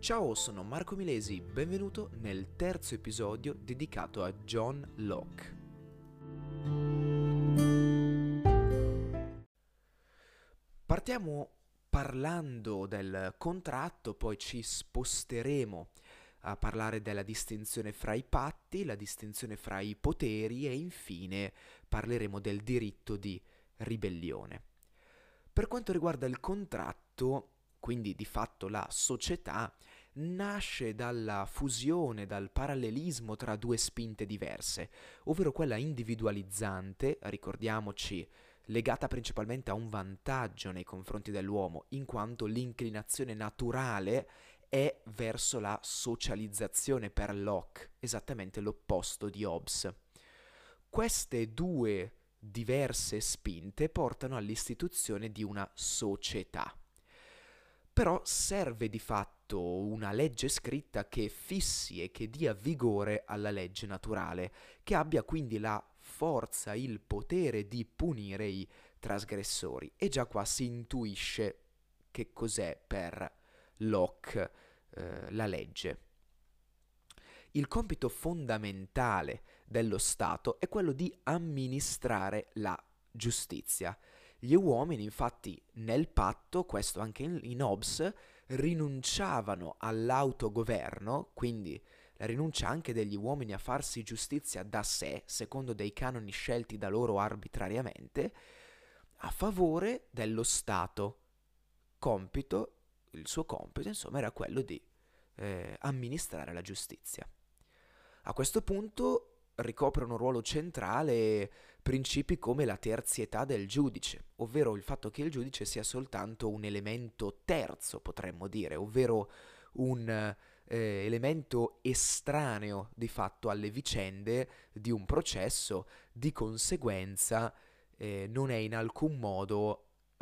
Ciao, sono Marco Milesi, benvenuto nel terzo episodio dedicato a John Locke. Partiamo parlando del contratto, poi ci sposteremo a parlare della distinzione fra i patti, la distinzione fra i poteri e infine parleremo del diritto di ribellione. Per quanto riguarda il contratto, quindi di fatto la società, nasce dalla fusione, dal parallelismo tra due spinte diverse, ovvero quella individualizzante, ricordiamoci, legata principalmente a un vantaggio nei confronti dell'uomo, in quanto l'inclinazione naturale è verso la socializzazione per Locke, esattamente l'opposto di Hobbes. Queste due diverse spinte portano all'istituzione di una società. Però serve di fatto una legge scritta che fissi e che dia vigore alla legge naturale, che abbia quindi la forza, il potere di punire i trasgressori. E già qua si intuisce che cos'è per Locke la legge. Il compito fondamentale dello Stato è quello di amministrare la giustizia. Gli uomini, infatti, nel patto, questo anche in Hobbes, rinunciavano all'autogoverno, quindi la rinuncia anche degli uomini a farsi giustizia da sé, secondo dei canoni scelti da loro arbitrariamente, a favore dello Stato. Il suo compito, insomma, era quello di amministrare la giustizia. A questo punto ricoprono un ruolo centrale principi come la terzietà del giudice, ovvero il fatto che il giudice sia soltanto un elemento terzo, potremmo dire, ovvero un elemento estraneo di fatto alle vicende di un processo, di conseguenza non è in alcun modo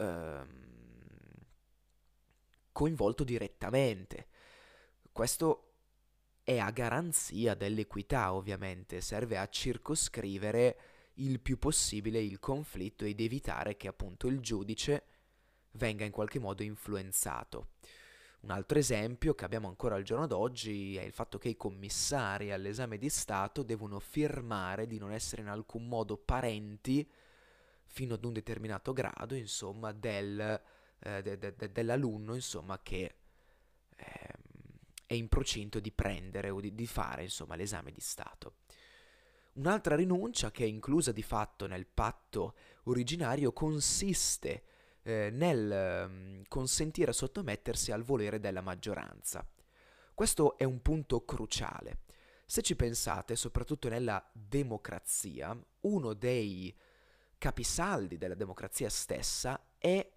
coinvolto direttamente. Questo è a garanzia dell'equità, ovviamente, serve a circoscrivere il più possibile il conflitto ed evitare che appunto il giudice venga in qualche modo influenzato. Un altro esempio che abbiamo ancora al giorno d'oggi è il fatto che i commissari all'esame di Stato devono firmare di non essere in alcun modo parenti fino ad un determinato grado, insomma, dell'alunno, insomma, che è in procinto di prendere o di fare, insomma, l'esame di Stato. Un'altra rinuncia che è inclusa di fatto nel patto originario consiste nel consentire a sottomettersi al volere della maggioranza. Questo è un punto cruciale. Se ci pensate, soprattutto nella democrazia, uno dei capisaldi della democrazia stessa è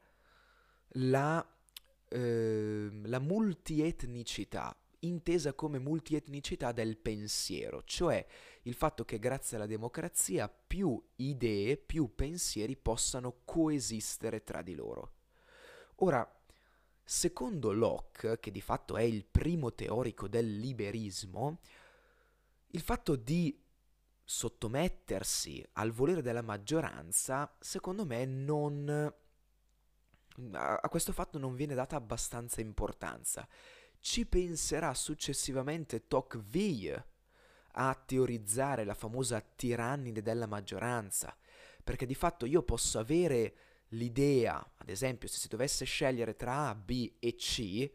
la multietnicità, intesa come multietnicità del pensiero, cioè il fatto che grazie alla democrazia più idee, più pensieri possano coesistere tra di loro. Ora, secondo Locke, che di fatto è il primo teorico del liberismo, il fatto di sottomettersi al volere della maggioranza, secondo me, a questo fatto non viene data abbastanza importanza. Ci penserà successivamente Tocqueville a teorizzare la famosa tirannide della maggioranza, perché di fatto io posso avere l'idea, ad esempio, se si dovesse scegliere tra A, B e C,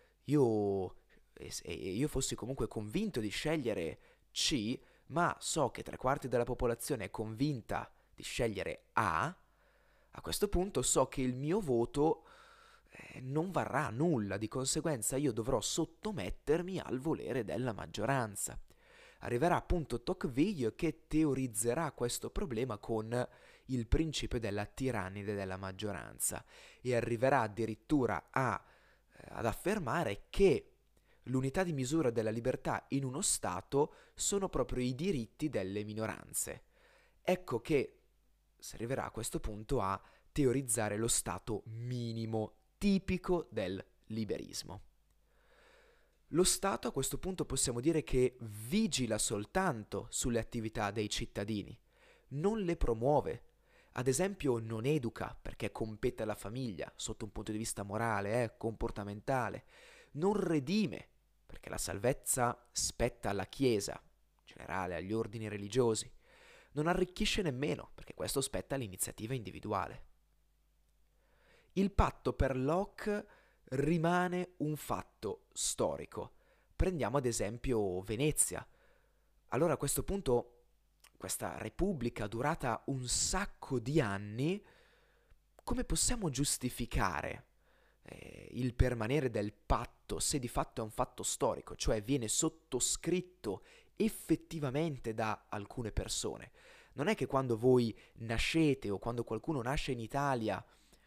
io fossi comunque convinto di scegliere C, ma so che 3/4 della popolazione è convinta di scegliere a questo punto so che il mio voto non varrà a nulla, di conseguenza io dovrò sottomettermi al volere della maggioranza. Arriverà appunto Tocqueville che teorizzerà questo problema con il principio della tirannide della maggioranza e arriverà addirittura ad affermare che l'unità di misura della libertà in uno Stato sono proprio i diritti delle minoranze. Ecco che si arriverà a questo punto a teorizzare lo stato minimo tipico del liberismo. Lo Stato a questo punto possiamo dire che vigila soltanto sulle attività dei cittadini, non le promuove, ad esempio non educa perché compete alla famiglia sotto un punto di vista morale, comportamentale, non redime perché la salvezza spetta alla Chiesa, in generale agli ordini religiosi. Non arricchisce nemmeno, perché questo spetta all'iniziativa individuale. Il patto per Locke rimane un fatto storico. Prendiamo ad esempio Venezia. Allora a questo punto questa repubblica durata un sacco di anni, come possiamo giustificare il permanere del patto se di fatto è un fatto storico, cioè viene sottoscritto effettivamente da alcune persone? Non è che quando voi nascete o quando qualcuno nasce in Italia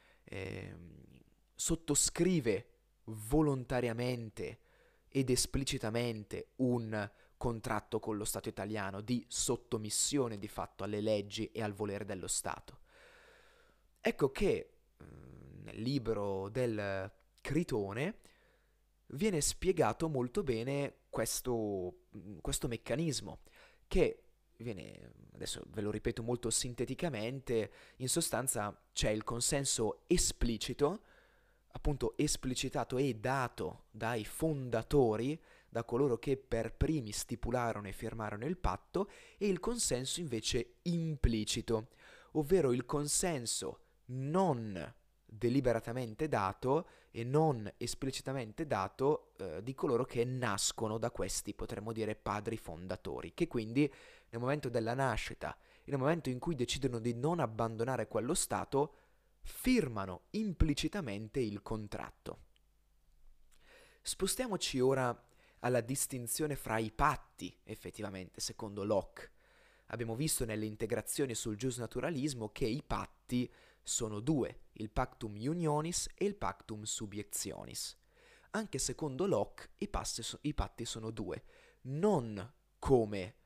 sottoscrive volontariamente ed esplicitamente un contratto con lo Stato italiano di sottomissione di fatto alle leggi e al volere dello Stato. Ecco che nel libro del Critone viene spiegato molto bene questo meccanismo che viene, adesso ve lo ripeto molto sinteticamente, in sostanza c'è il consenso esplicito, appunto esplicitato e dato dai fondatori, da coloro che per primi stipularono e firmarono il patto, e il consenso invece implicito, ovvero il consenso non deliberatamente dato e non esplicitamente dato di coloro che nascono da questi, potremmo dire, padri fondatori, che quindi nel momento della nascita e nel momento in cui decidono di non abbandonare quello Stato, firmano implicitamente il contratto. Spostiamoci ora alla distinzione fra i patti, effettivamente, secondo Locke. Abbiamo visto nelle integrazioni sul giusnaturalismo che i patti sono due, il pactum unionis e il pactum subiectionis. Anche secondo Locke i patti sono due, non come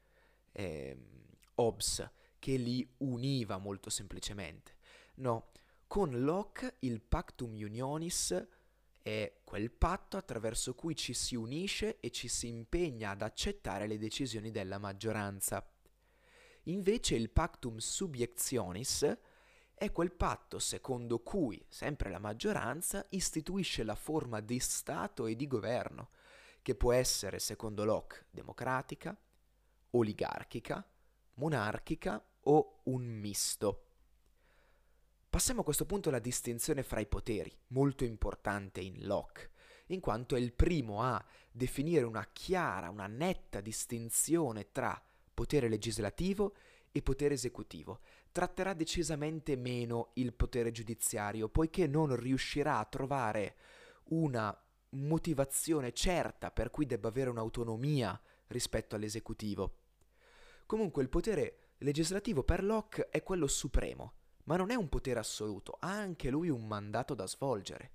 Hobbes, che li univa molto semplicemente. No, con Locke il pactum unionis è quel patto attraverso cui ci si unisce e ci si impegna ad accettare le decisioni della maggioranza. Invece il pactum subiectionis è quel patto secondo cui sempre la maggioranza istituisce la forma di Stato e di governo, che può essere, secondo Locke, democratica, oligarchica, monarchica o un misto. Passiamo a questo punto alla distinzione fra i poteri, molto importante in Locke, in quanto è il primo a definire una chiara, una netta distinzione tra potere legislativo e potere esecutivo. Tratterà decisamente meno il potere giudiziario, poiché non riuscirà a trovare una motivazione certa per cui debba avere un'autonomia rispetto all'esecutivo. Comunque il potere legislativo per Locke è quello supremo, ma non è un potere assoluto, ha anche lui un mandato da svolgere.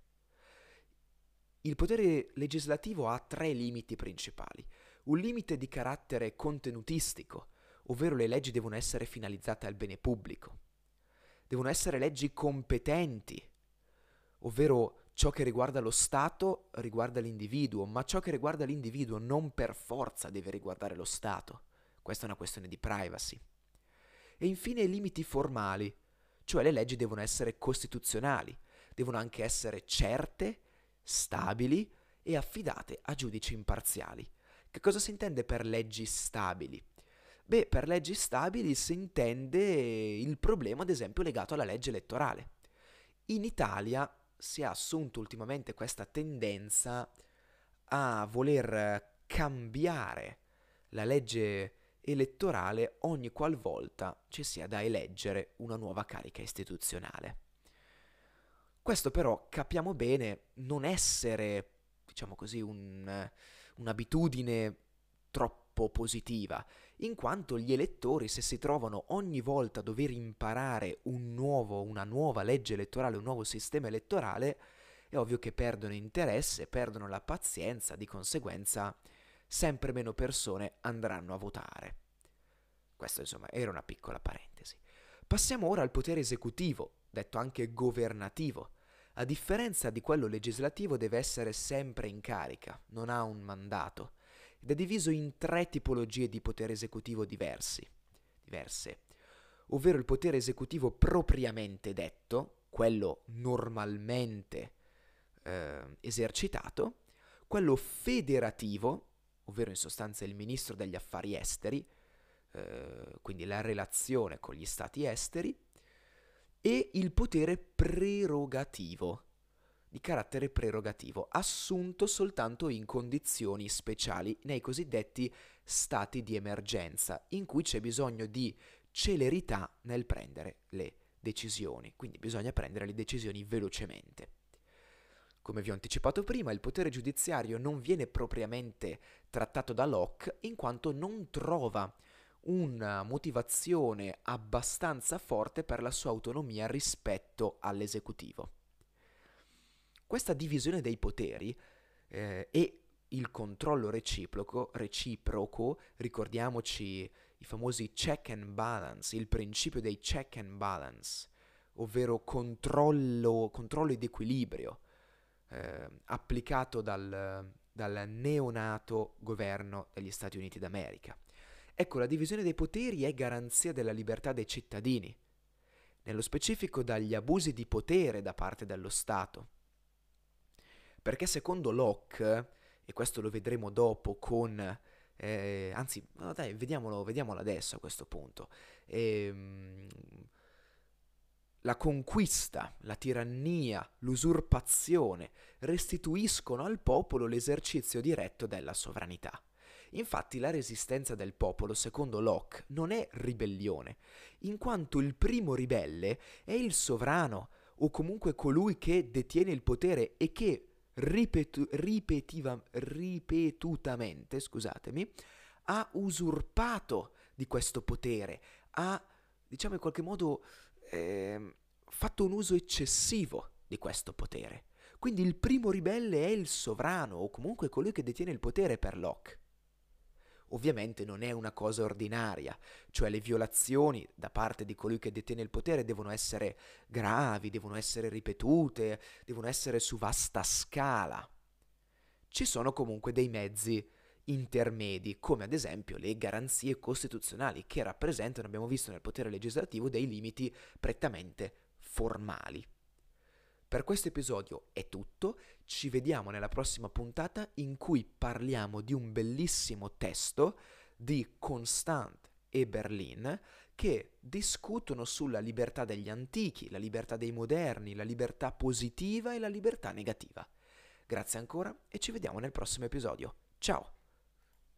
Il potere legislativo ha tre limiti principali. Un limite di carattere contenutistico, ovvero le leggi devono essere finalizzate al bene pubblico. Devono essere leggi competenti, ovvero ciò che riguarda lo Stato riguarda l'individuo, ma ciò che riguarda l'individuo non per forza deve riguardare lo Stato. Questa è una questione di privacy. E infine i limiti formali, cioè le leggi devono essere costituzionali, devono anche essere certe, stabili e affidate a giudici imparziali. Che cosa si intende per leggi stabili? Beh, per leggi stabili si intende il problema, ad esempio, legato alla legge elettorale. In Italia si è assunto ultimamente questa tendenza a voler cambiare la legge elettorale ogni qualvolta ci sia da eleggere una nuova carica istituzionale. Questo però capiamo bene non essere, diciamo così, un'abitudine troppo positiva, in quanto gli elettori, se si trovano ogni volta a dover imparare una nuova legge elettorale, un nuovo sistema elettorale, è ovvio che perdono interesse, perdono la pazienza, di conseguenza sempre meno persone andranno a votare. Questo insomma era una piccola parentesi. Passiamo ora al potere esecutivo, detto anche governativo. A differenza di quello legislativo deve essere sempre in carica, non ha un mandato, ed è diviso in tre tipologie di potere esecutivo diverse, ovvero il potere esecutivo propriamente detto, quello normalmente esercitato, quello federativo, ovvero in sostanza il ministro degli affari esteri, quindi la relazione con gli stati esteri, e il potere prerogativo, di carattere prerogativo, assunto soltanto in condizioni speciali, nei cosiddetti stati di emergenza, in cui c'è bisogno di celerità nel prendere le decisioni, quindi bisogna prendere le decisioni velocemente. Come vi ho anticipato prima, il potere giudiziario non viene propriamente trattato da Locke in quanto non trova una motivazione abbastanza forte per la sua autonomia rispetto all'esecutivo. Questa divisione dei poteri e il controllo reciproco, ricordiamoci i famosi check and balance, il principio dei check and balance, ovvero controllo ed equilibrio, applicato dal neonato governo degli Stati Uniti d'America. Ecco, la divisione dei poteri è garanzia della libertà dei cittadini, nello specifico dagli abusi di potere da parte dello Stato. Perché secondo Locke, e questo lo vedremo dopo con... anzi, no, dai, vediamolo adesso a questo punto. La conquista, la tirannia, l'usurpazione restituiscono al popolo l'esercizio diretto della sovranità. Infatti la resistenza del popolo, secondo Locke, non è ribellione, in quanto il primo ribelle è il sovrano, o comunque colui che detiene il potere e che ripetutamente, ha usurpato di questo potere, ha, diciamo in qualche modo, fatto un uso eccessivo di questo potere. Quindi il primo ribelle è il sovrano, o comunque colui che detiene il potere per Locke. Ovviamente non è una cosa ordinaria, cioè le violazioni da parte di colui che detiene il potere devono essere gravi, devono essere ripetute, devono essere su vasta scala. Ci sono comunque dei mezzi intermedi, come ad esempio le garanzie costituzionali, che rappresentano, abbiamo visto nel potere legislativo, dei limiti prettamente formali. Per questo episodio è tutto, ci vediamo nella prossima puntata in cui parliamo di un bellissimo testo di Constant e Berlin che discutono sulla libertà degli antichi, la libertà dei moderni, la libertà positiva e la libertà negativa. Grazie ancora e ci vediamo nel prossimo episodio. Ciao!